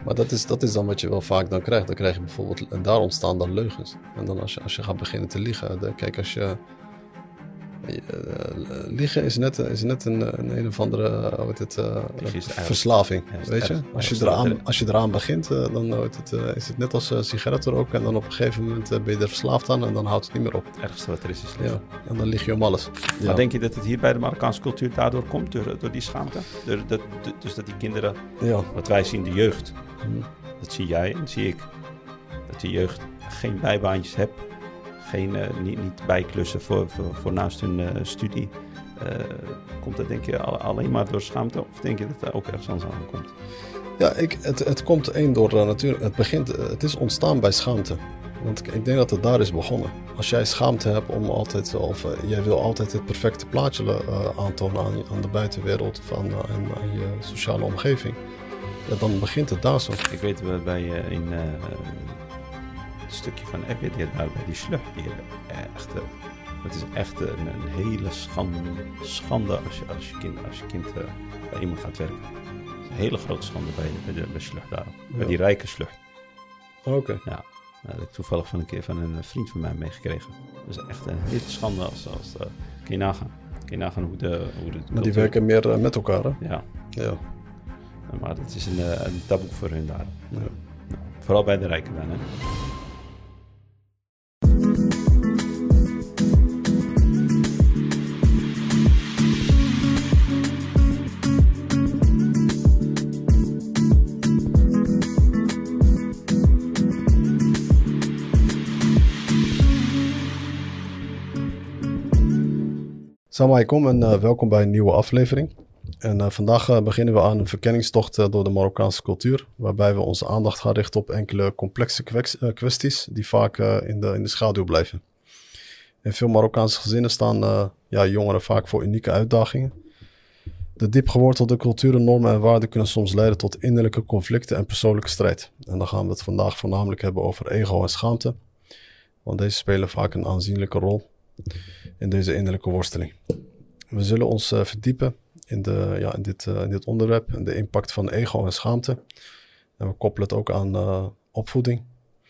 Maar dat is dan wat je wel vaak dan krijgt. Dan krijg je bijvoorbeeld, en daar ontstaan dan leugens. En dan als je gaat beginnen te liegen, kijk als je... liegen is net een of andere verslaving, weet je? Als je eraan begint, dan is het net als sigarettenroken. En dan op een gegeven moment ben je er verslaafd aan en dan houdt het niet meer op. Het ergste wat er is liegen. Ja, en dan lig je om alles. Ja. Maar denk je dat het hier bij de Marokkaanse cultuur daardoor komt, door die schaamte? Dus dat die kinderen, wat wij zien, de jeugd, dat zie jij en dat zie ik, dat die jeugd geen bijbaantjes hebt. Niet bijklussen voor naast hun studie. Komt dat denk je alleen maar door schaamte? Of denk je dat er ook ergens anders aan komt? Ja, het komt door natuurlijk. Het is ontstaan bij schaamte. Want ik denk dat het daar is begonnen. Als jij schaamte hebt om altijd, jij wil altijd het perfecte plaatje aantonen aan de buitenwereld of aan je sociale omgeving. Ja, dan begint het daar zo. Ik weet wel bij in een stukje van Agadir, daar bij die slucht, het is echt een hele schande als je kind bij iemand gaat werken. Het is een hele grote schande bij de slucht daar, bij die rijke slucht. Oké. Ja, dat heb ik toevallig van een vriend van mij meegekregen. Dat is echt een hele schande kun je nagaan hoe de maar die werken meer met elkaar, hè? Ja. Maar dat is een taboe voor hun daar. Ja. Nou, vooral bij de rijken dan, hè. Assalamu alaikum en welkom bij een nieuwe aflevering. En vandaag beginnen we aan een verkenningstocht door de Marokkaanse cultuur, waarbij we onze aandacht gaan richten op enkele complexe kwesties die vaak in de schaduw blijven. In veel Marokkaanse gezinnen staan jongeren vaak voor unieke uitdagingen. De diep gewortelde culturen, normen en waarden kunnen soms leiden tot innerlijke conflicten en persoonlijke strijd. En dan gaan we het vandaag voornamelijk hebben over ego en schaamte, want deze spelen vaak een aanzienlijke rol in deze innerlijke worsteling. We zullen ons verdiepen in dit onderwerp en de impact van ego en schaamte. En we koppelen het ook aan opvoeding.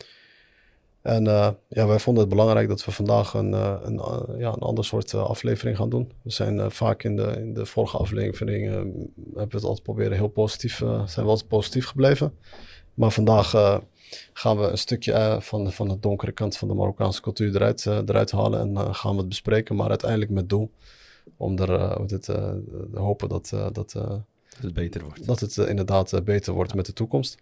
En wij vonden het belangrijk dat we vandaag een ander soort aflevering gaan doen. We zijn vaak in de vorige afleveringen hebben we het altijd proberen heel positief, zijn we altijd positief gebleven. Maar vandaag gaan we een stukje van de donkere kant van de Marokkaanse cultuur eruit halen en gaan we het bespreken, maar uiteindelijk met doel om hopen dat het beter wordt. Dat het inderdaad beter wordt met de toekomst.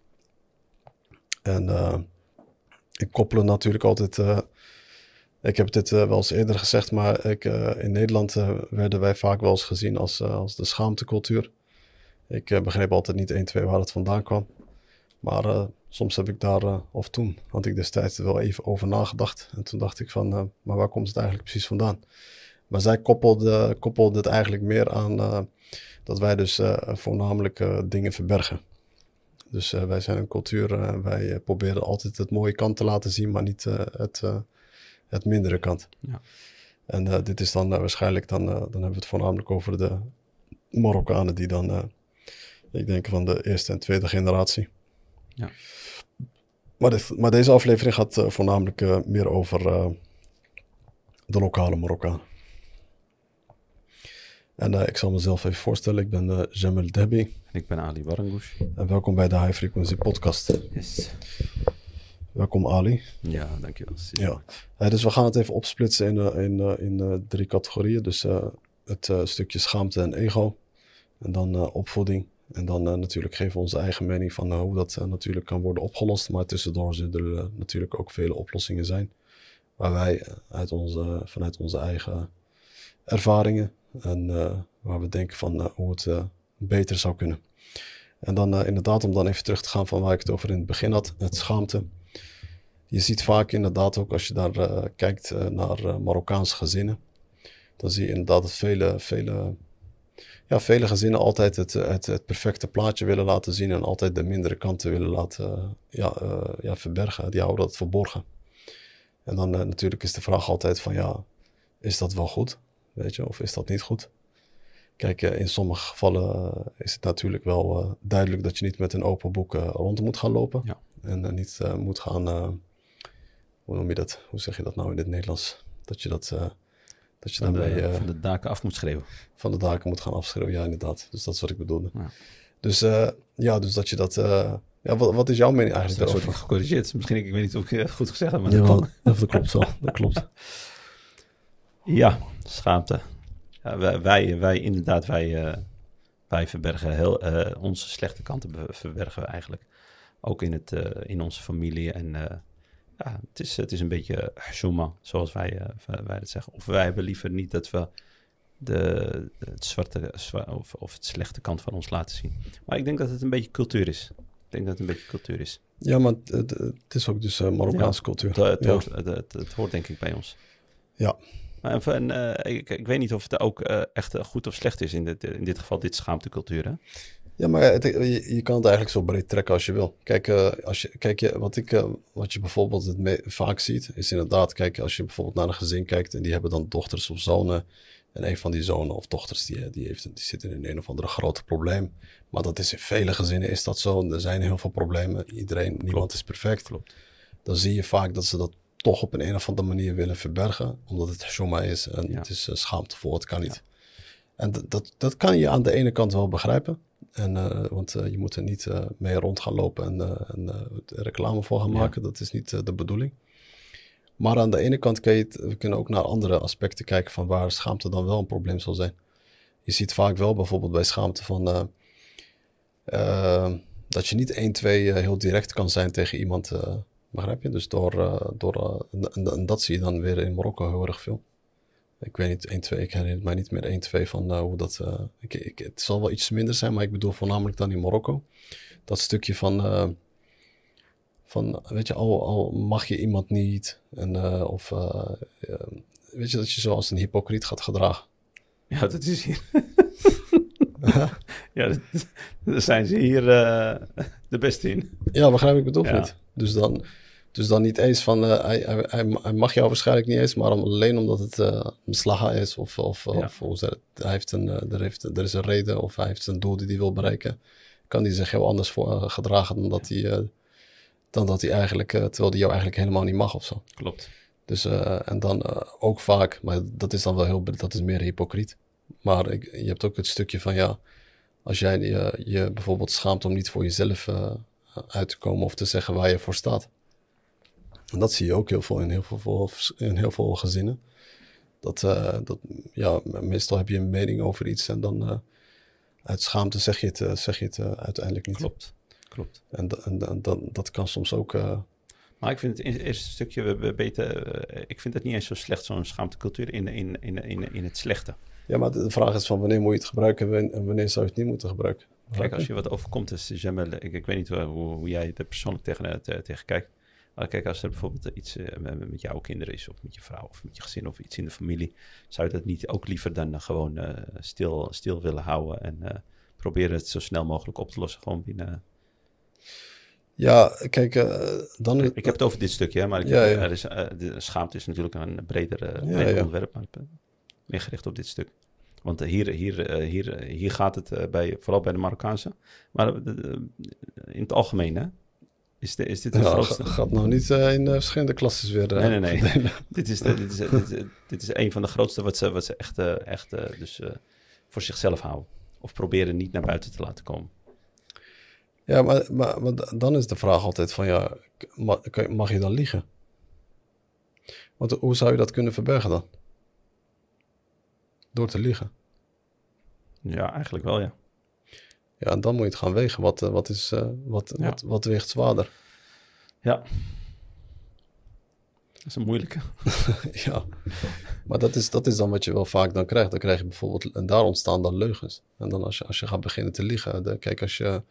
En ik koppel het natuurlijk altijd. Ik heb dit wel eens eerder gezegd, maar in Nederland werden wij vaak wel eens gezien als de schaamtecultuur. Ik begreep altijd niet 1, 2 waar het vandaan kwam. Maar soms heb ik toen had ik destijds er wel even over nagedacht. En toen dacht ik van, maar waar komt het eigenlijk precies vandaan? Maar zij koppelde het eigenlijk meer aan dat wij dus voornamelijk dingen verbergen. Dus wij zijn een cultuur, wij proberen altijd het mooie kant te laten zien, maar niet het mindere kant. Ja. En dit is dan waarschijnlijk, dan hebben we het voornamelijk over de Marokkanen die dan, ik denk van de eerste en tweede generatie. Ja. Maar deze aflevering gaat voornamelijk meer over de lokale Marokkanen. En ik zal mezelf even voorstellen. Ik ben Jamel Debi. En ik ben Ali Barangoush. En welkom bij de High Frequency Podcast. Yes. Welkom Ali. Ja, dankjewel. Ja. Dus we gaan het even opsplitsen in 3 categorieën. Dus het stukje schaamte en ego. En dan opvoeding. En dan natuurlijk geven we onze eigen mening van hoe dat natuurlijk kan worden opgelost. Maar tussendoor zullen er natuurlijk ook vele oplossingen zijn. Waar wij vanuit onze eigen ervaringen en waar we denken van hoe het beter zou kunnen. En dan inderdaad om dan even terug te gaan van waar ik het over in het begin had. Het schaamte. Je ziet vaak inderdaad ook als je daar kijkt naar Marokkaanse gezinnen. Dan zie je inderdaad dat vele gezinnen altijd het perfecte plaatje willen laten zien en altijd de mindere kanten willen laten verbergen. Die houden dat verborgen. En dan natuurlijk is de vraag altijd van is dat wel goed? Weet je, of is dat niet goed? Kijk, in sommige gevallen is het natuurlijk wel duidelijk dat je niet met een open boek rond moet gaan lopen. Ja. En niet moet gaan, hoe noem je dat? Hoe zeg je dat nou in het Nederlands? Dat je dat... dat je daarmee van de daken af moet schreeuwen. Van de daken moet gaan afschreeuwen, ja inderdaad. Dus dat is wat ik bedoelde. Ja. Dus dat je dat... wat is jouw mening eigenlijk daarover? daarover? Gecorrigeerd. Misschien, ik weet niet of ik het goed gezegd heb, maar dat klopt wel. Dat klopt. Ja, schaamte. Ja, wij verbergen onze slechte kanten verbergen we eigenlijk. Ook in onze familie. En het is een beetje hashuma, zoals wij het zeggen. Of wij hebben liever niet dat we het zwarte of het slechte kant van ons laten zien. Maar ik denk dat het een beetje cultuur is. Ja, maar het is ook dus Marokkaanse cultuur. Het hoort denk ik bij ons. Ja. Ik weet niet of het ook echt goed of slecht is in dit geval, dit schaamtecultuur, hè? Ja, maar je kan het eigenlijk zo breed trekken als je wil. Kijk, wat je bijvoorbeeld vaak ziet, is inderdaad, kijk, als je bijvoorbeeld naar een gezin kijkt en die hebben dan dochters of zonen. En een van die zonen of dochters, die zitten in een of andere grote probleem. Maar dat is in vele gezinnen is dat zo. Er zijn heel veel problemen. Niemand is perfect. Klopt. Dan zie je vaak dat ze dat toch op een of andere manier willen verbergen. Omdat het shoma is en het is schaamtevol, het kan niet. Ja. En dat kan je aan de ene kant wel begrijpen. Want je moet er niet mee rond gaan lopen en reclame voor gaan maken. Dat is niet de bedoeling. Maar aan de ene kant we kunnen ook naar andere aspecten kijken van waar schaamte dan wel een probleem zal zijn. Je ziet vaak wel bijvoorbeeld bij schaamte van dat je niet 1, 2 heel direct kan zijn tegen iemand, begrijp je? Dus en dat zie je dan weer in Marokko heel erg veel. Ik weet niet, 1, 2, ik herinner mij niet meer 1, 2 van hoe dat... het zal wel iets minder zijn, maar ik bedoel voornamelijk dan in Marokko. Dat stukje van weet je, al mag je iemand niet. Weet je, dat je zoals een hypocriet gaat gedragen. Ja, dat is hier... ja, daar zijn ze hier de beste in. Ja, begrijp ik bedoel niet. Dus dan niet eens van... hij mag jou waarschijnlijk niet eens, maar alleen omdat het een slaga is. Of er is een reden of hij heeft een doel die hij wil bereiken. Kan hij zich heel anders gedragen dan dat hij eigenlijk... terwijl hij jou eigenlijk helemaal niet mag of zo. Klopt. Dus en dan ook vaak... Maar dat is dan wel dat is meer hypocriet. Maar je hebt ook het stukje van als jij je bijvoorbeeld schaamt om niet voor jezelf uit te komen of te zeggen waar je voor staat. En dat zie je ook heel veel in heel veel gezinnen. Meestal heb je een mening over iets en dan uit schaamte zeg je het uiteindelijk niet. Klopt. En dat kan soms ook... Maar ik vind het eerste stukje ik vind het niet eens zo slecht, zo'n schaamtecultuur in het slechte. Ja, maar de vraag is van wanneer moet je het gebruiken en wanneer zou je het niet moeten gebruiken? Kijk, als je wat overkomt, is Jamel, ik weet niet hoe jij er persoonlijk tegen kijkt. Maar kijk, als er bijvoorbeeld iets met jouw kinderen is, of met je vrouw, of met je gezin, of iets in de familie, zou je dat niet ook liever dan gewoon stil willen houden en proberen het zo snel mogelijk op te lossen, gewoon binnen... Ja, kijk, dan... Ik heb het over dit stukje, hè, maar de schaamte is natuurlijk een breder onderwerp, maar meer gericht op dit stuk. Want hier gaat het vooral bij de Marokkaanse, maar in het algemeen, hè? Is dit het grootste? Gaat nou niet in verschillende klasses weer... Nee. dit is een van de grootste wat ze echt voor zichzelf houden. Of proberen niet naar buiten te laten komen. Ja, maar dan is de vraag altijd van mag je dan liegen? Want hoe zou je dat kunnen verbergen dan? Door te liegen. Ja, eigenlijk wel, ja. Ja, en dan moet je het gaan wegen. Wat weegt zwaarder? Ja. Dat is een moeilijke. Ja, maar dat is dan wat je wel vaak dan krijgt. Dan krijg je bijvoorbeeld, en daar ontstaan dan leugens. En dan als je gaat beginnen te liegen, kijk, als je...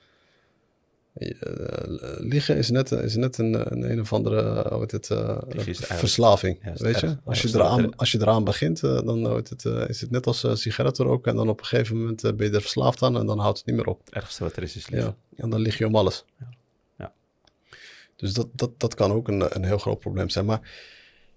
liegen is net een of andere verslaving, ja, weet je? Als je eraan begint, dan is het net als sigaretten roken en dan op een gegeven moment ben je er verslaafd aan en dan houdt het niet meer op. Het ergste wat er is liegen. Ja, en dan lig je om alles. Ja. Dus dat kan ook een heel groot probleem zijn. Maar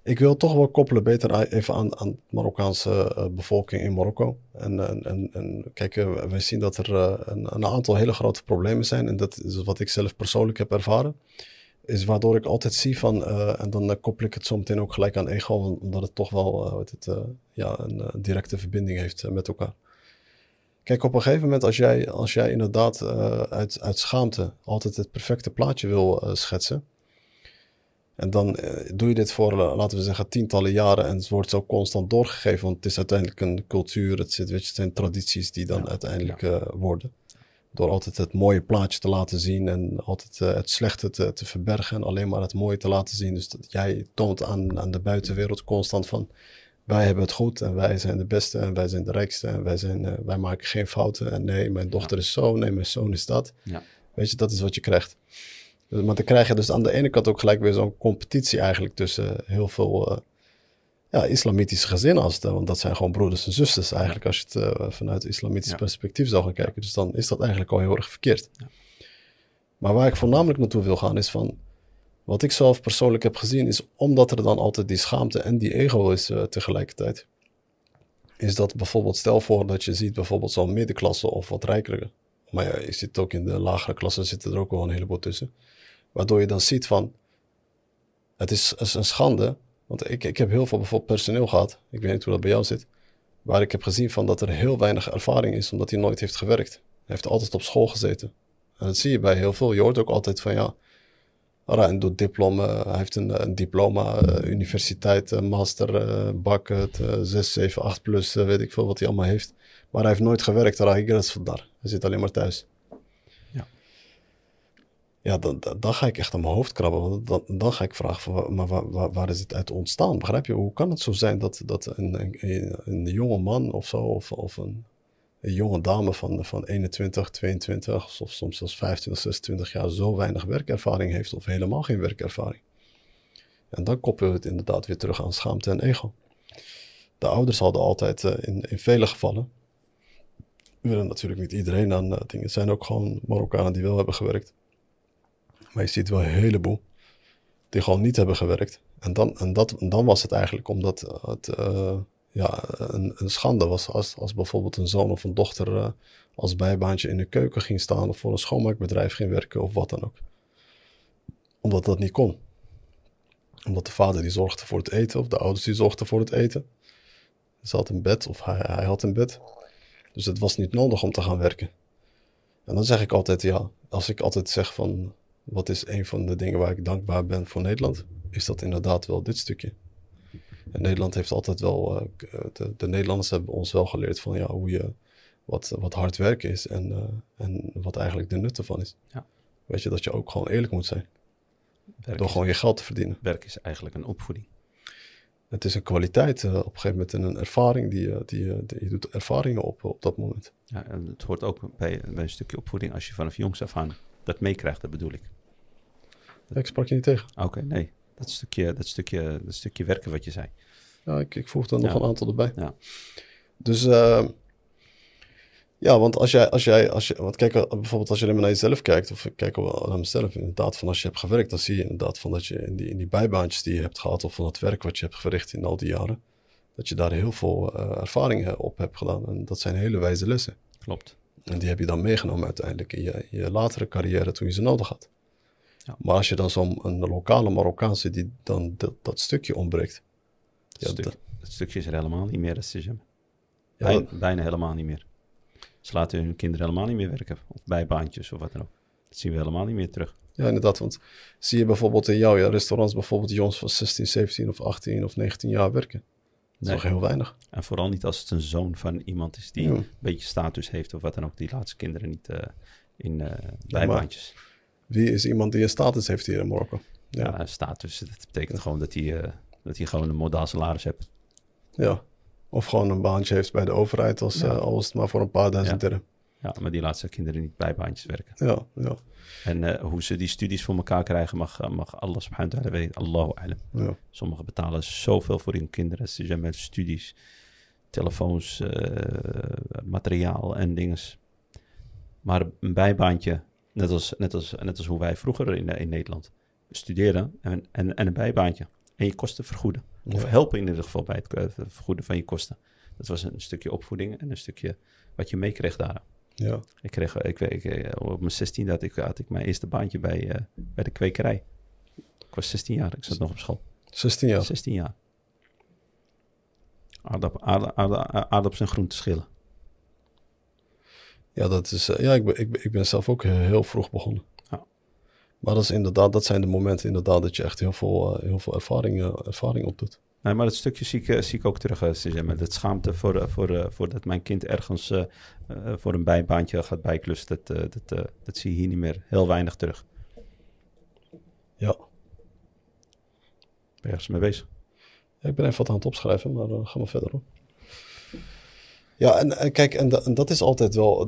Ik wil toch wel koppelen beter even aan de Marokkaanse bevolking in Marokko. En kijk, wij zien dat er een aantal hele grote problemen zijn. En dat is wat ik zelf persoonlijk heb ervaren. Is waardoor ik altijd zie van, en dan koppel ik het zo meteen ook gelijk aan ego, omdat het toch wel een directe verbinding heeft met elkaar. Kijk, op een gegeven moment als jij inderdaad uit schaamte altijd het perfecte plaatje wil schetsen. En dan doe je dit voor, laten we zeggen, tientallen jaren en het wordt zo constant doorgegeven. Want het is uiteindelijk een cultuur, het zijn tradities die dan uiteindelijk worden. Door altijd het mooie plaatje te laten zien en altijd het slechte te verbergen en alleen maar het mooie te laten zien. Dus dat jij toont aan de buitenwereld constant van, wij hebben het goed en wij zijn de beste en wij zijn de rijkste en wij maken geen fouten. En nee, mijn dochter is zo, nee, mijn zoon is dat. Ja. Weet je, dat is wat je krijgt. Maar dan krijg je dus aan de ene kant ook gelijk weer zo'n competitie eigenlijk tussen heel veel islamitische gezinnen. Want dat zijn gewoon broeders en zusters eigenlijk als je het vanuit islamitisch perspectief zou gaan kijken. Dus dan is dat eigenlijk al heel erg verkeerd. Ja. Maar waar ik voornamelijk naartoe wil gaan is van, wat ik zelf persoonlijk heb gezien is, omdat er dan altijd die schaamte en die ego is tegelijkertijd. Is dat bijvoorbeeld, stel voor dat je ziet bijvoorbeeld zo'n middenklasse of wat rijkere. Maar ja, je ziet ook in de lagere klassen zitten er ook wel een heleboel tussen. Waardoor je dan ziet van, het is een schande. Want ik heb heel veel bijvoorbeeld personeel gehad. Ik weet niet hoe dat bij jou zit. Waar ik heb gezien van dat er heel weinig ervaring is, omdat hij nooit heeft gewerkt. Hij heeft altijd op school gezeten. En dat zie je bij heel veel. Je hoort ook altijd van en doet diploma. Hij heeft een diploma, universiteit, master, bak, 6, 7, 8 plus, weet ik veel wat hij allemaal heeft. Maar hij heeft nooit gewerkt. Hij zit alleen maar thuis. Ja, dan ga ik echt aan mijn hoofd krabben. Want dan ga ik vragen, van, waar is het uit ontstaan? Begrijp je? Hoe kan het zo zijn dat een jonge man of zo, of een jonge dame van 21, 22, of soms zelfs 25, 26 jaar zo weinig werkervaring heeft, of helemaal geen werkervaring? En dan koppelen we het inderdaad weer terug aan schaamte en ego. De ouders hadden altijd, in vele gevallen, willen natuurlijk niet iedereen aan dingen. Het zijn ook gewoon Marokkanen die wel hebben gewerkt. Maar je ziet wel een heleboel die gewoon niet hebben gewerkt. En dan was het eigenlijk omdat het een schande was als bijvoorbeeld een zoon of een dochter als bijbaantje in de keuken ging staan of voor een schoonmaakbedrijf ging werken of wat dan ook. Omdat dat niet kon. Omdat de vader die zorgde voor het eten of de ouders die zorgden voor het eten. Ze had een bed of hij had een bed. Dus het was niet nodig om te gaan werken. En dan zeg ik altijd, als ik altijd zeg van, wat is een van de dingen waar ik dankbaar ben voor Nederland, is dat inderdaad wel dit stukje. En Nederland heeft altijd wel, de Nederlanders hebben ons wel geleerd van hoe je, wat hard werken is en wat eigenlijk de nut ervan is. Ja. Weet je, dat je ook gewoon eerlijk moet zijn. Door gewoon je geld te verdienen. Werk is eigenlijk een opvoeding. Het is een kwaliteit op een gegeven moment en een ervaring je doet ervaringen op dat moment. Ja, en het hoort ook bij een stukje opvoeding als je vanaf jongs af aan dat meekrijgt, dat bedoel ik. Ik sprak je niet tegen. Oké, nee. Dat stukje werken wat je zei. Ja, ik voeg er nog een aantal erbij. Ja. Dus want want kijk, bijvoorbeeld als je alleen maar naar jezelf kijkt, of ik kijk naar mezelf, inderdaad, van als je hebt gewerkt, dan zie je inderdaad van dat je in die bijbaantjes die je hebt gehad, of van het werk wat je hebt verricht in al die jaren, dat je daar heel veel ervaringen op hebt gedaan. En dat zijn hele wijze lessen. Klopt. En die heb je dan meegenomen uiteindelijk in je latere carrière toen je ze nodig had. Ja. Maar als je dan zo'n lokale Marokkaanse die dan dat stukje ontbreekt. Het stukje is er helemaal niet meer. Bijna helemaal niet meer. Ze laten hun kinderen helemaal niet meer werken. Of bijbaantjes of wat dan ook. Dat zien we helemaal niet meer terug. Ja, inderdaad. Want zie je bijvoorbeeld in jouw restaurants bijvoorbeeld jongens van 16, 17 of 18 of 19 jaar werken. Dat is nog heel weinig. En vooral niet als het een zoon van iemand is die een beetje status heeft of wat dan ook. Die laat zijn kinderen niet in bijbaantjes. Wie is iemand die een status heeft hier in Marokko? Ja, status. Dat betekent gewoon dat hij gewoon een modaal salaris hebt. Ja, of gewoon een baantje heeft bij de overheid als het maar voor een paar duizend dirham. Ja, maar die laat zijn kinderen niet bij baantjes werken. Ja. En hoe ze die studies voor elkaar krijgen, mag Allah subhanahu wa ta'ala weten. Allahu a'lam. Ja. Sommigen betalen zoveel voor hun kinderen. Ze zijn met studies, telefoons, materiaal en dingen. Maar een bijbaantje, net als hoe wij vroeger in Nederland studeren en een bijbaantje. en je kosten vergoeden. Of helpen in ieder geval bij het vergoeden van je kosten. Dat was een stukje opvoeding en een stukje wat je meekreeg daar. Ja. Op mijn 16e had ik mijn eerste baantje bij de kwekerij. Ik was 16 jaar, ik zat nog op school. 16 jaar? 16 jaar. Aardappels en groenten schillen. Ja, dat is, ik ben zelf ook heel vroeg begonnen. Ja. Maar dat is inderdaad, dat zijn de momenten inderdaad dat je echt heel veel ervaring opdoet. Nee, maar dat stukje zie ik ook terug. Dat schaamte voor dat mijn kind ergens voor een bijbaantje gaat bijklussen. Dat zie je hier niet meer. Heel weinig terug. Ja. Ben je ergens mee bezig? Ja, ik ben even wat aan het opschrijven, maar ga maar verder hoor. Ja, en kijk, en dat is altijd wel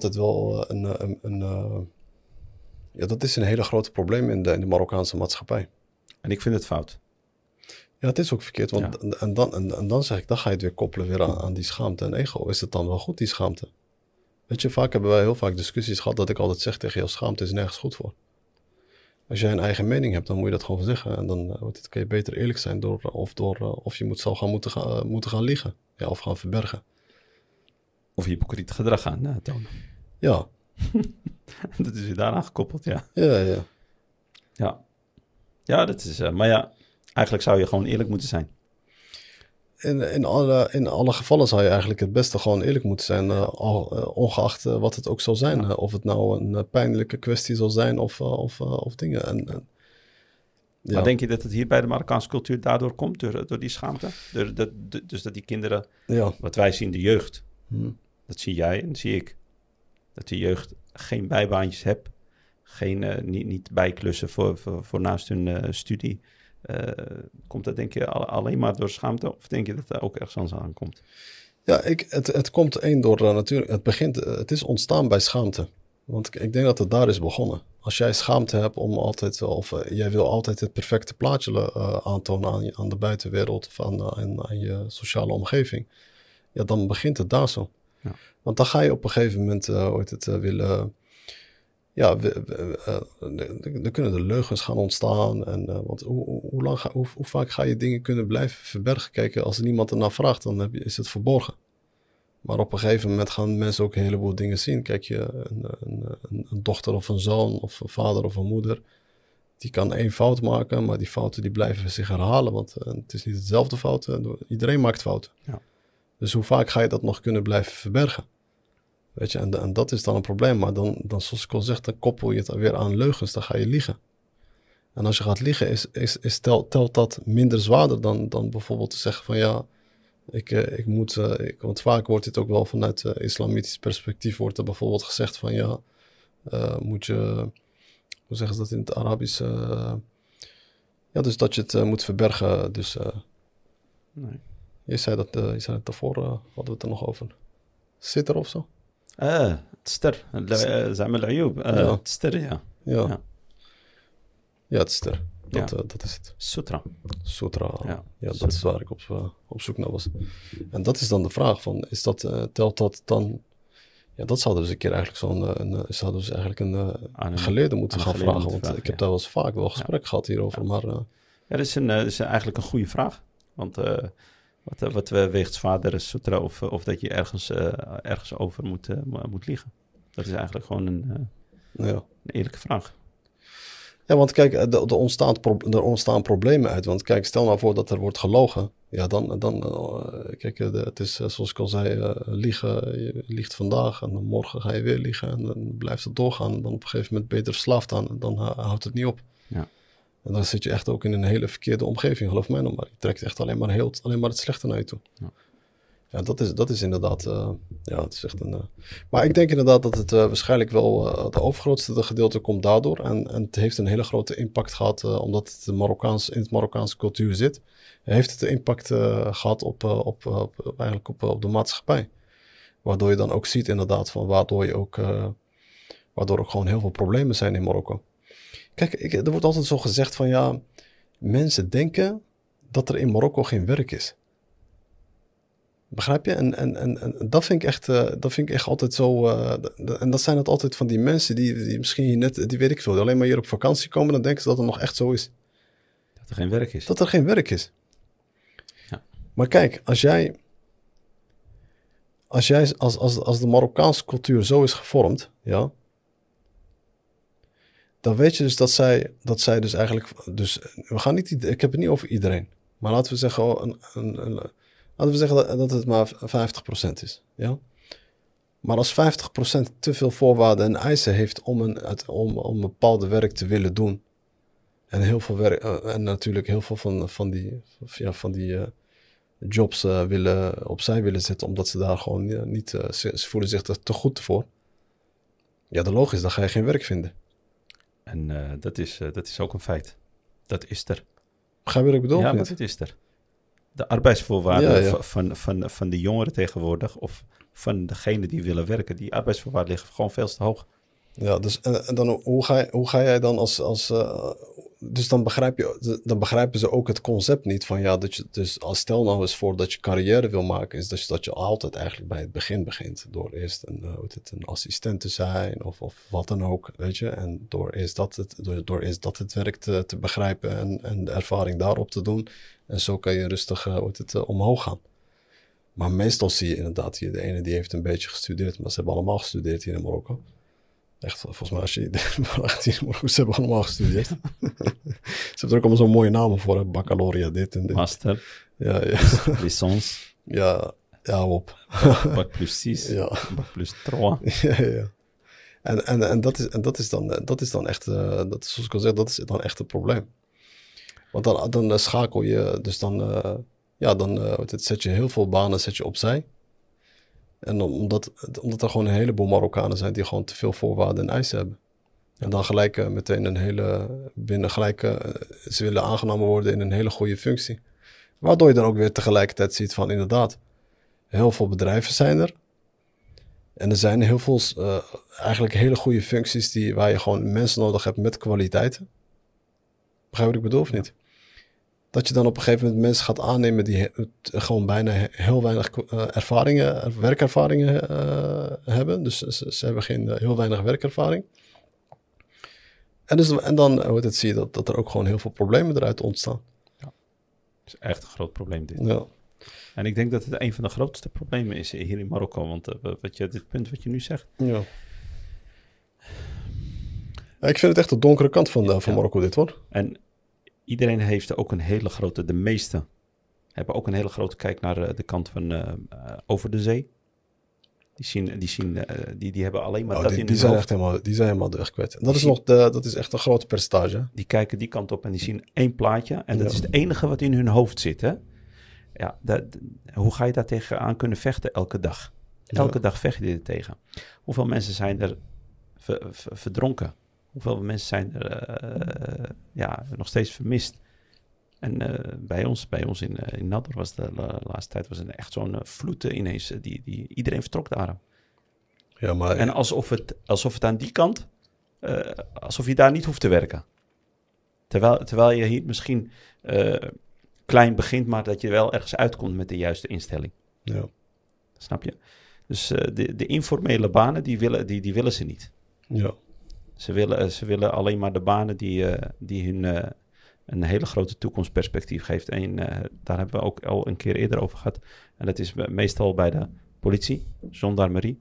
dat is een hele grote probleem in de Marokkaanse maatschappij. En ik vind het fout. Ja, het is ook verkeerd, want en dan zeg ik, dan ga je het weer koppelen weer aan die schaamte en ego. Is het dan wel goed, die schaamte? Weet je, vaak hebben wij heel vaak discussies gehad dat ik altijd zeg tegen jou, schaamte is nergens goed voor. Als jij een eigen mening hebt, dan moet je dat gewoon zeggen. En dan kun je beter eerlijk zijn of je zou moeten gaan liegen. Ja, of gaan verbergen. Of hypocriet gedrag gaan tonen. Ja. Dat is weer daaraan gekoppeld, ja. Ja. Ja, dat is... maar ja, eigenlijk zou je gewoon eerlijk moeten zijn. In alle gevallen zou je eigenlijk het beste gewoon eerlijk moeten zijn. Ongeacht wat het ook zal zijn. Ja. Of het nou een pijnlijke kwestie zal zijn of dingen. Ja. Maar denk je dat het hier bij de Marokkaanse cultuur daardoor komt? Door die schaamte? Dus dat die kinderen... Ja. Wat wij zien, de jeugd. Dat zie jij en dat zie ik. Dat de jeugd geen bijbaantjes hebt. Niet bijklussen voor naast hun studie. Komt dat denk je alleen maar door schaamte? Of denk je dat er ook ergens anders aan komt? Ja, het komt door natuurlijk... Het is ontstaan bij schaamte. Want ik denk dat het daar is begonnen. Als jij schaamte hebt om altijd... Of jij wil altijd het perfecte plaatje aantonen aan de buitenwereld... of aan je sociale omgeving. Ja, dan begint het daar zo. Ja. Want dan ga je op een gegeven moment willen... Ja, er kunnen de leugens gaan ontstaan. Want hoe vaak ga je dingen kunnen blijven verbergen? Kijk, als er niemand ernaar vraagt, dan is het verborgen. Maar op een gegeven moment gaan mensen ook een heleboel dingen zien. Kijk, een dochter of een zoon of een vader of een moeder... die kan 1 fout maken, maar die fouten die blijven zich herhalen. Want het is niet hetzelfde fout. Iedereen maakt fouten. Ja. Dus hoe vaak ga je dat nog kunnen blijven verbergen? Weet je, en dat is dan een probleem. Maar dan zoals ik al zeg, dan koppel je het weer aan leugens. Dan ga je liegen. En als je gaat liegen, telt dat minder zwaarder dan bijvoorbeeld te zeggen van ja, ik moet... want vaak wordt dit ook wel vanuit islamitisch perspectief wordt er bijvoorbeeld gezegd van ja, moet je... Hoe zeggen ze dat in het Arabisch? Ja, dus dat je het moet verbergen. Dus nee. Je zei het daarvoor, hadden we het er nog over. Sitter of zo? Tster. Zijn we Ayoub. Tster, ja. Ja, het ster. Dat is het. Sutra. Ja, dat is waar ik op zoek naar was. En dat is dan de vraag van, telt dat dan... Ja, dat zouden we eens een keer eigenlijk een geleerde moeten gaan vragen. Want ik heb daar wel eens vaak wel gesprek gehad hierover. Ja. Maar, dat is eigenlijk een goede vraag. Want wat weegt zwaarder is sutra of dat je ergens over moet liegen? Dat is eigenlijk gewoon een eerlijke vraag. Ja, want kijk, er ontstaan problemen uit. Want kijk, stel nou voor dat er wordt gelogen. Ja, kijk, het is zoals ik al zei, liegen. Je liegt vandaag en dan morgen ga je weer liegen. En dan blijft het doorgaan. En dan op een gegeven moment ben je er verslaafd aan. En dan houdt het niet op. Ja. En dan zit je echt ook in een hele verkeerde omgeving, geloof mij nog maar. Je trekt echt alleen maar het slechte naar je toe. Ja, dat is inderdaad... het is echt een... Maar ik denk inderdaad dat het waarschijnlijk wel... het overgrootste gedeelte komt daardoor. En het heeft een hele grote impact gehad... omdat het in het Marokkaanse cultuur zit. Heeft het een impact gehad op de maatschappij. Waardoor je dan ook ziet inderdaad... waardoor ook gewoon heel veel problemen zijn in Marokko. Kijk, er wordt altijd zo gezegd van... ja, mensen denken dat er in Marokko geen werk is. Begrijp je? En dat vind ik echt altijd zo... en dat zijn het altijd van die mensen die misschien hier net... die weet ik veel, alleen maar hier op vakantie komen... dan denken ze dat het nog echt zo is. Dat er geen werk is. Dat er geen werk is. Ja. Maar kijk, als de Marokkaanse cultuur zo is gevormd, ja, dan weet je dus dat zij dus eigenlijk, dus we gaan niet, ik heb het niet over iedereen, maar laten we zeggen, laten we zeggen dat het maar 50% is, ja. Maar als 50% te veel voorwaarden en eisen heeft om een bepaalde werk te willen doen, en heel veel werk, en natuurlijk heel veel van die jobs opzij willen zetten, omdat ze daar gewoon niet, ze voelen zich er te goed voor. Ja, dan logisch, dan ga je geen werk vinden. En dat is ook een feit. Dat is er. Begrijp je wat ik bedoel? Ja, maar dat is er. De arbeidsvoorwaarden van de jongeren tegenwoordig, of van degenen die willen werken, die arbeidsvoorwaarden liggen gewoon veel te hoog. Ja, dus en dan hoe ga jij dan dus dan begrijpen ze ook het concept niet van ja, dat je dus stel nou eens voor dat je carrière wil maken, is dus dat je altijd eigenlijk bij het begin begint door eerst een assistent te zijn of wat dan ook, weet je, en door eerst dat het werk te begrijpen en de ervaring daarop te doen en zo kan je rustig omhoog gaan. Maar meestal zie je inderdaad hier de ene die heeft een beetje gestudeerd, maar ze hebben allemaal gestudeerd hier in Marokko. Echt, volgens mij als je ze hebben allemaal gestudeerd. Ze hebben er ook allemaal zo'n mooie namen voor. Hè? Baccalaureat, dit en dit. Master. Ja. Licence. Ja, op. Bac plus 6. Ja. Bac plus 3. Ja. En dat is dan echt, zoals ik al zeg, dat is dan echt het probleem. Want dan schakel je, dus dan zet je heel veel banen opzij. En omdat er gewoon een heleboel Marokkanen zijn die gewoon te veel voorwaarden en eisen hebben. En dan gelijk meteen ze willen aangenomen worden in een hele goede functie. Waardoor je dan ook weer tegelijkertijd ziet van inderdaad, heel veel bedrijven zijn er. En er zijn heel veel eigenlijk hele goede functies waar je gewoon mensen nodig hebt met kwaliteiten. Begrijp je wat ik bedoel of niet? Dat je dan op een gegeven moment mensen gaat aannemen die gewoon bijna heel weinig werkervaringen hebben. Dus ze hebben heel weinig werkervaring. En dan zie je dat er ook gewoon heel veel problemen eruit ontstaan. Ja, dat is echt een groot probleem dit. Ja. En ik denk dat het een van de grootste problemen is hier in Marokko. Want dit punt wat je nu zegt. Ja. Ja, ik vind het echt de donkere kant van Marokko dit hoor. En iedereen heeft ook de meesten hebben ook een hele grote kijk naar de kant van over de zee. Die hebben alleen maar dat in hun hoofd. Die zijn helemaal de weg kwijt. Dat is echt een groot percentage. Die kijken die kant op en die zien één plaatje. En dat is het enige wat in hun hoofd zit. Hè? Ja, hoe ga je daar tegenaan kunnen vechten elke dag? Elke dag vecht je er tegen. Hoeveel mensen zijn er verdronken? Hoeveel mensen zijn er nog steeds vermist? En bij ons in Nador was de laatste tijd was er echt zo'n vloed ineens. Iedereen vertrok daar. Ja, maar en alsof het aan die kant, alsof je daar niet hoeft te werken. Terwijl je hier misschien klein begint, maar dat je wel ergens uitkomt met de juiste instelling. Ja. Snap je? Dus de informele banen, die willen ze niet. Ja. Ze willen alleen maar de banen die hun een hele grote toekomstperspectief geeft. En daar hebben we ook al een keer eerder over gehad. En dat is meestal bij de politie, gendarmerie,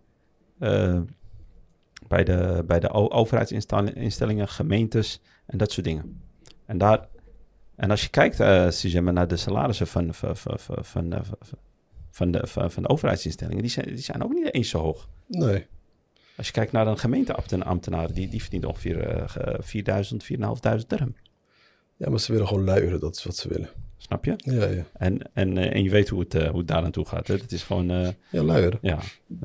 bij de overheidsinstellingen, gemeentes en dat soort dingen. En als je kijkt naar de salarissen van de overheidsinstellingen, die zijn ook niet eens zo hoog. Nee. Als je kijkt naar een gemeenteambtenaar, die verdient ongeveer 4.000, 4.500 dirham. Ja, maar ze willen gewoon luieren, dat is wat ze willen. Snap je? Ja. En je weet hoe het daar naartoe gaat. Hè? Het is gewoon... ja, luieren. Ja,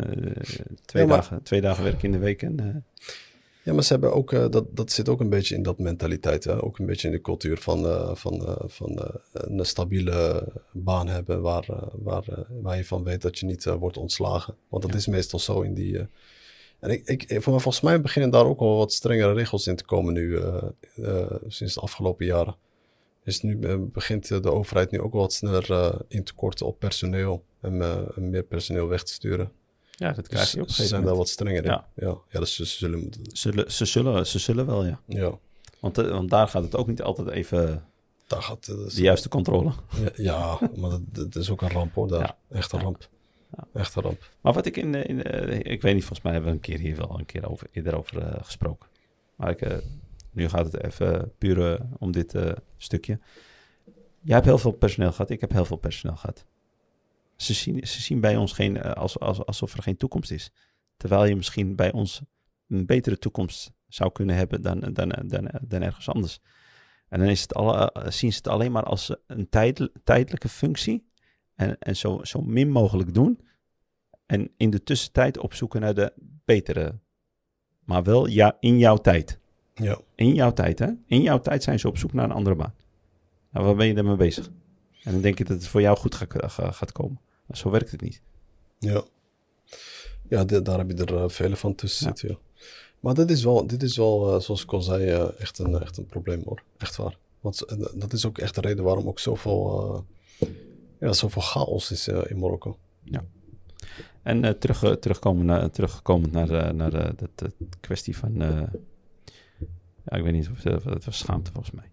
twee dagen werk in de week. Ja, maar ze hebben ook... dat zit ook een beetje in dat mentaliteit. Hè? Ook een beetje in de cultuur van een stabiele baan hebben... waar je van weet dat je niet wordt ontslagen. Want dat is meestal zo in die... En volgens mij beginnen daar ook wel wat strengere regels in te komen nu, sinds de afgelopen jaren. Dus nu begint de overheid nu ook wel wat sneller in te korten op personeel en meer personeel weg te sturen. Ja, dat krijg je ook. Ze zijn daar wat strenger in. Ja, dus ze zullen wel, ja. Ja. Want daar gaat het ook niet altijd even daar gaat... De juiste controle. Ja, maar dat is ook een ramp hoor, daar. Ja. Echt een ramp. Ja. Echt een ramp. Maar wat ik ik weet niet, volgens mij hebben we eerder over gesproken. Maar nu gaat het even puur om dit stukje. Jij hebt heel veel personeel gehad, ik heb heel veel personeel gehad. Ze zien bij ons alsof er geen toekomst is. Terwijl je misschien bij ons een betere toekomst zou kunnen hebben dan ergens anders. En dan zien ze het alleen maar als een tijdelijke functie. En zo min mogelijk doen. En in de tussentijd opzoeken naar de betere. Maar wel in jouw tijd. Ja. In jouw tijd, hè? In jouw tijd zijn ze op zoek naar een andere baan. Nou, waar ben je daarmee bezig? En dan denk je dat het voor jou goed gaat komen. Maar zo werkt het niet. Ja. Ja, daar heb je er vele van tussen zitten, ja. Maar dit is wel zoals ik al zei, echt een probleem hoor. Echt waar. Want dat is ook echt de reden waarom ook zoveel chaos is in Marokko. Ja. En terugkomend naar de kwestie van... ik weet niet of het was schaamte volgens mij.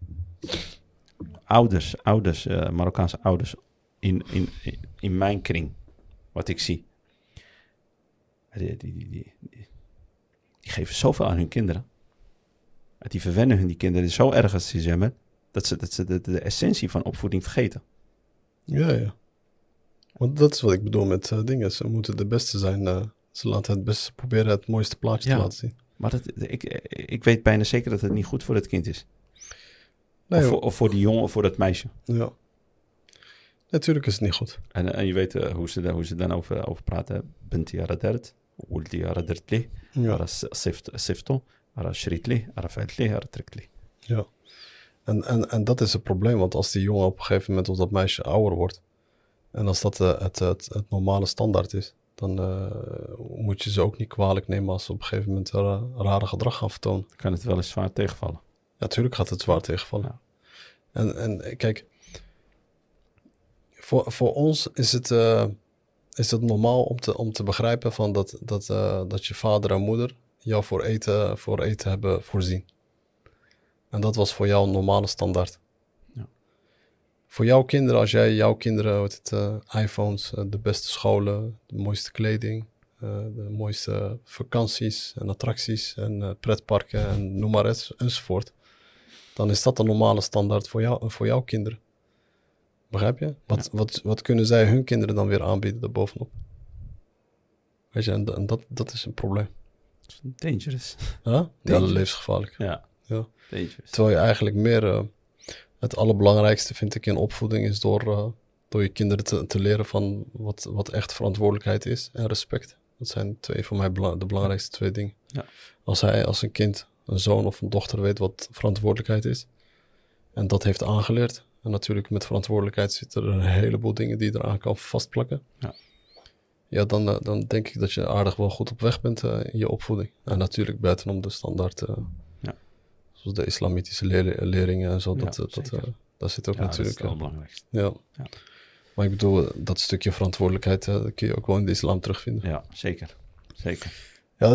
Ouders, Marokkaanse ouders in mijn kring, wat ik zie. Die geven zoveel aan hun kinderen. Die verwennen hun die kinderen zo erg als ze hebben, dat ze de essentie van opvoeding vergeten. Ja. Want dat is wat ik bedoel met dingen. Ze moeten de beste zijn. Ze laten het beste proberen het mooiste plaatje te laten zien. Maar ik weet bijna zeker dat het niet goed voor het kind is. Nee, of voor die jongen of voor dat meisje. Ja. Natuurlijk is het niet goed. En je weet hoe ze dan over praten. Binti aradert, ulti aradertli, ara sifto, ara shritli, ara feitli, ara trekli. Ja. En dat is het probleem, want als die jongen op een gegeven moment of dat meisje ouder wordt, en als dat het normale standaard is, dan moet je ze ook niet kwalijk nemen als ze op een gegeven moment rare gedrag gaan vertonen. Kan het wel eens zwaar tegenvallen? Ja, natuurlijk gaat het zwaar tegenvallen. Ja. En kijk, voor ons is het normaal om te begrijpen van dat je vader en moeder jou voor eten hebben voorzien. En dat was voor jou een normale standaard. Ja. Voor jouw kinderen, als jij jouw kinderen, iPhones, de beste scholen, de mooiste kleding, de mooiste vakanties en attracties en pretparken en noem maar enzovoort, dan is dat de normale standaard voor jouw kinderen. Begrijp je? Wat kunnen zij hun kinderen dan weer aanbieden daarbovenop? Weet je, en dat is een probleem. Dangerous. Huh? Ja, levensgevaarlijk. Ja. Dangerous. Terwijl je eigenlijk meer... het allerbelangrijkste vind ik in opvoeding is door je kinderen te leren van wat echt verantwoordelijkheid is en respect. Dat zijn voor mij de belangrijkste twee dingen. Ja. Als een kind, een zoon of een dochter weet wat verantwoordelijkheid is en dat heeft aangeleerd. En natuurlijk met verantwoordelijkheid zitten er een heleboel dingen die je eraan kan vastplakken. Ja, dan denk ik dat je aardig wel goed op weg bent in je opvoeding. En natuurlijk buitenom de standaard, zoals de islamitische leringen en zo. Dat zit ook natuurlijk. Dat is wel belangrijk. Ja. Maar ik bedoel, dat stukje verantwoordelijkheid dat kun je ook wel in de islam terugvinden. Ja, zeker. Ja,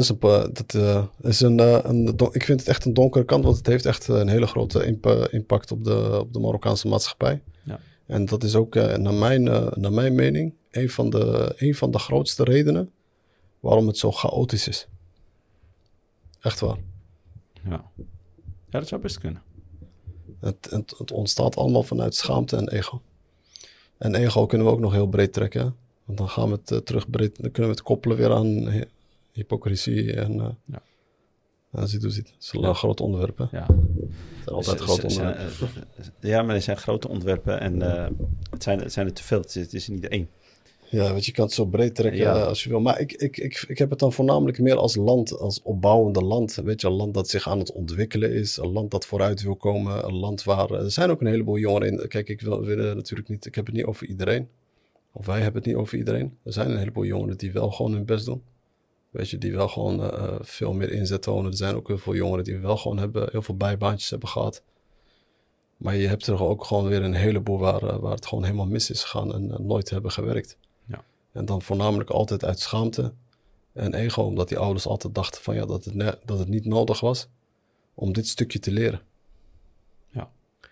ik vind het echt een donkere kant, want het heeft echt een hele grote impact op de Marokkaanse maatschappij. Ja. En dat is ook naar mijn mening een van de grootste redenen waarom het zo chaotisch is. Echt waar. Ja, dat zou best kunnen. Het ontstaat allemaal vanuit schaamte en ego. En ego kunnen we ook nog heel breed trekken. Want dan gaan we het dan kunnen we het koppelen weer aan hypocrisie en ziet. Het zijn grote onderwerpen. Ja. Het zijn altijd grote onderwerpen. Ja, maar er zijn grote onderwerpen en het zijn er te veel. Het is er niet één. Ja, je kan het zo breed trekken als je wil. Maar ik heb het dan voornamelijk meer als land, als opbouwende land. Weet je, een land dat zich aan het ontwikkelen is. Een land dat vooruit wil komen. Een land waar... Er zijn ook een heleboel jongeren in. Kijk, ik heb het niet over iedereen. Of wij hebben het niet over iedereen. Er zijn een heleboel jongeren die wel gewoon hun best doen. Weet je, die wel gewoon veel meer inzet tonen. Er zijn ook heel veel jongeren die wel gewoon heel veel bijbaantjes hebben gehad. Maar je hebt er ook gewoon weer een heleboel waar het gewoon helemaal mis is gegaan en nooit hebben gewerkt. Ja. En dan voornamelijk altijd uit schaamte en ego, omdat die ouders altijd dachten van dat het niet nodig was om dit stukje te leren. Ja.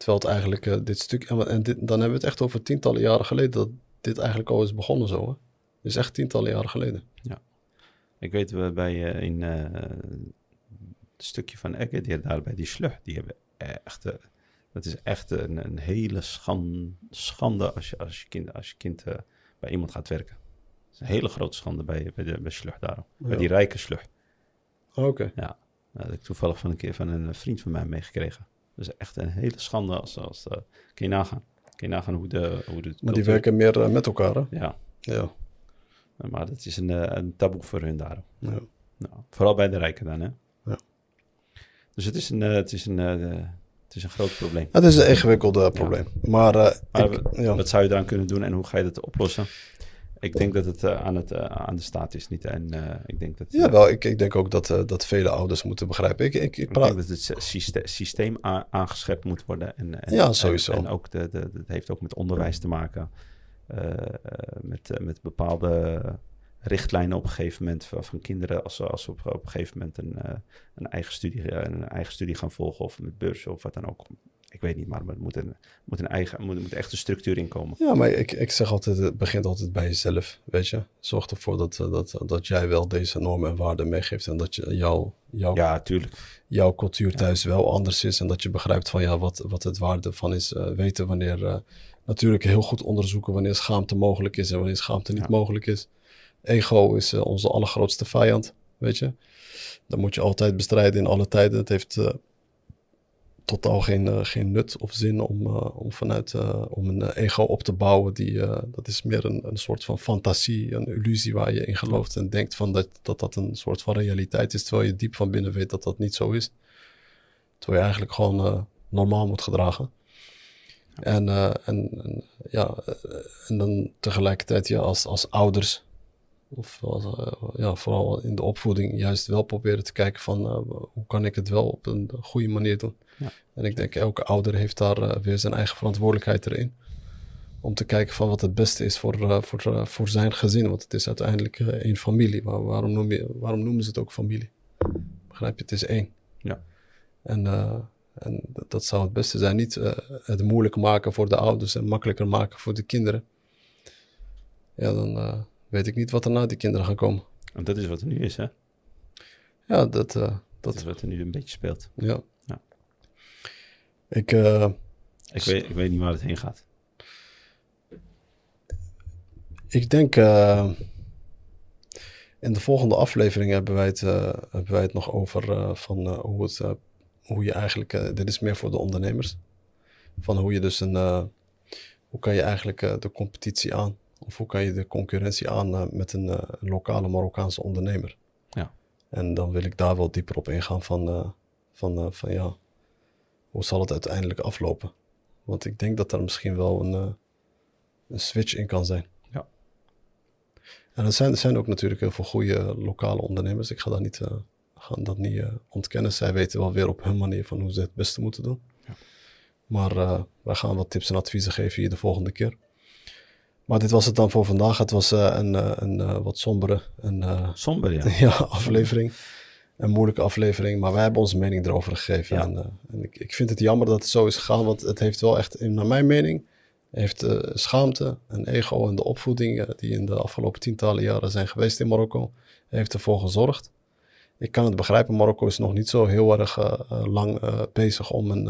Terwijl het eigenlijk dit stuk... dan hebben we het echt over tientallen jaren geleden... dat dit eigenlijk al is begonnen zo. Hè? Dus echt tientallen jaren geleden. Ja. Ik weet in het stukje van Agadir, daar bij die Sluch... die hebben echt... dat is echt een hele schande als je kind bij iemand gaat werken. Dat is een hele grote schande bij Sluch daarom. Ja. Bij die rijke Sluch. Oké. Ja, dat heb ik toevallig van een vriend van mij meegekregen. Dus echt een hele schande als kun je nagaan hoe de maar die werken meer met elkaar, hè? Ja. Maar dat is een taboe voor hun daarom. Ja. Nou, vooral bij de rijken dan, hè? Ja. Dus het is een groot probleem. Het is een ingewikkeld probleem. Ja. Maar wat zou je eraan kunnen doen en hoe ga je dat oplossen? Ik denk dat het aan de staat is niet. En ik denk dat... Jawel, ik denk ook dat vele ouders moeten begrijpen. Ik denk dat het systeem aangescherpt moet worden. Ja, sowieso. En ook het heeft ook met onderwijs te maken. Met bepaalde richtlijnen op een gegeven moment van kinderen. Als ze op een gegeven moment een eigen studie gaan volgen. Of met beurzen of wat dan ook. Ik weet niet, maar er moet echt een structuur in komen. Ja, maar ik zeg altijd, het begint altijd bij jezelf, weet je. Zorg ervoor dat jij wel deze normen en waarden meegeeft. En dat jouw cultuur thuis wel anders is. En dat je begrijpt van wat het waarde van is. Weten wanneer, natuurlijk heel goed onderzoeken wanneer schaamte mogelijk is en wanneer schaamte niet mogelijk is. Ego is onze allergrootste vijand, weet je. Dat moet je altijd bestrijden in alle tijden. Het heeft... totaal geen nut of zin om een ego op te bouwen. Dat is meer een soort van fantasie, een illusie waar je in gelooft en denkt van dat een soort van realiteit is, terwijl je diep van binnen weet dat dat niet zo is. Terwijl je eigenlijk gewoon normaal moet gedragen. Ja. En dan tegelijkertijd als ouders, of vooral in de opvoeding, juist wel proberen te kijken van hoe kan ik het wel op een goede manier doen. Ja. En ik denk elke ouder heeft daar weer zijn eigen verantwoordelijkheid erin. Om te kijken van wat het beste is voor zijn gezin. Want het is uiteindelijk één familie. Maar waarom noemen ze het ook familie? Begrijp je? Het is één. Ja. En dat zou het beste zijn. Niet het moeilijk maken voor de ouders en makkelijker maken voor de kinderen. Ja, dan weet ik niet wat er na die kinderen gaan komen. En dat is wat er nu is, hè? Ja, dat is wat er nu een beetje speelt. Ja. Ik weet niet waar het heen gaat. Ik denk... in de volgende aflevering hebben wij het nog over hoe je eigenlijk... dit is meer voor de ondernemers. Van hoe je dus hoe kan je eigenlijk de competitie aan... Of hoe kan je de concurrentie aan met een lokale Marokkaanse ondernemer? Ja. En dan wil ik daar wel dieper op ingaan van hoe zal het uiteindelijk aflopen? Want ik denk dat er misschien wel een switch in kan zijn. Ja. En er zijn ook natuurlijk heel veel goede lokale ondernemers. Ik ga dat niet ontkennen. Zij weten wel weer op hun manier van hoe ze het beste moeten doen. Ja. Maar wij gaan wat tips en adviezen geven hier de volgende keer. Maar dit was het dan voor vandaag. Het was een wat sombere aflevering. Een moeilijke aflevering. Maar wij hebben onze mening erover gegeven. Ja. En ik vind het jammer dat het zo is gegaan. Want het heeft wel echt, naar mijn mening... heeft schaamte en ego en de opvoeding... die in de afgelopen tientallen jaren zijn geweest in Marokko... heeft ervoor gezorgd. Ik kan het begrijpen. Marokko is nog niet zo heel erg lang bezig om een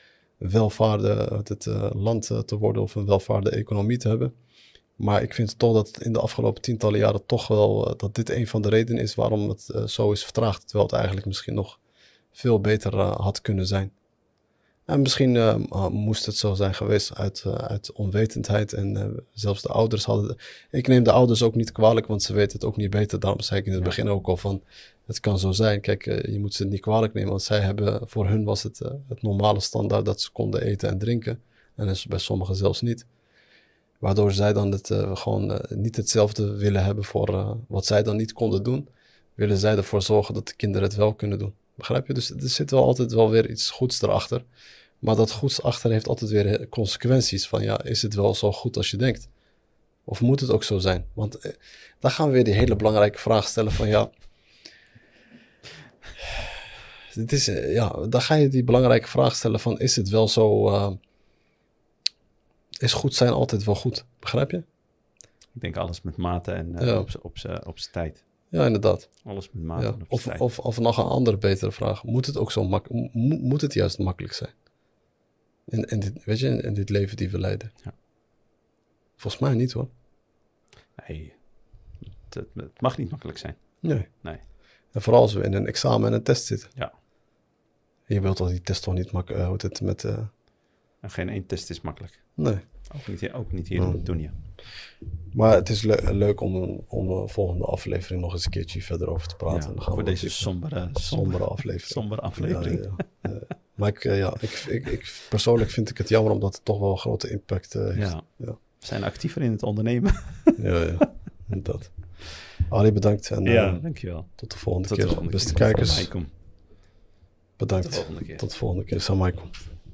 welvaardig land te worden... of een welvaardige economie te hebben... Maar ik vind toch dat in de afgelopen tientallen jaren toch wel... dat dit een van de redenen is waarom het zo is vertraagd. Terwijl het eigenlijk misschien nog veel beter had kunnen zijn. En misschien moest het zo zijn geweest uit onwetendheid. En zelfs de ouders hadden... Ik neem de ouders ook niet kwalijk, want ze weten het ook niet beter. Daarom zei ik in het begin ook al van... Het kan zo zijn. Kijk, je moet ze het niet kwalijk nemen. Want voor hun was het normale standaard dat ze konden eten en drinken. En dus bij sommigen zelfs niet. Waardoor zij dan gewoon niet hetzelfde willen hebben voor wat zij dan niet konden doen. Willen zij ervoor zorgen dat de kinderen het wel kunnen doen. Begrijp je? Dus er zit wel altijd wel weer iets goeds erachter. Maar dat goeds achter heeft altijd weer consequenties. Van is het wel zo goed als je denkt? Of moet het ook zo zijn? Want dan gaan we weer die hele belangrijke vraag stellen van Het is, dan ga je die belangrijke vraag stellen van, is het wel zo... is goed zijn altijd wel goed? Begrijp je? Ik denk alles met mate en op zijn tijd. Ja, inderdaad. Alles met mate en op zijn tijd. Of nog een andere betere vraag. Moet het ook zo moet het juist makkelijk zijn? In dit leven die we leiden? Ja. Volgens mij niet, hoor. Nee, het mag niet makkelijk zijn. Nee. En vooral als we in een examen en een test zitten. Ja. Je wilt toch die test toch niet makkelijk... En geen één test is makkelijk. Nee. Ook niet hier in Dunia. Maar het is leuk om de volgende aflevering nog eens een keertje verder over te praten. Ja, over deze sombere aflevering. Sombere aflevering. Ja. Maar ik persoonlijk vind ik het jammer, omdat het toch wel een grote impact heeft. Ja. We zijn actiever in het ondernemen. Ja, dat. Ali, bedankt. En, dankjewel. Tot de volgende keer. Beste kijkers. Tot Bedankt. de volgende keer. Tot de volgende keer. Assalamu alaikum.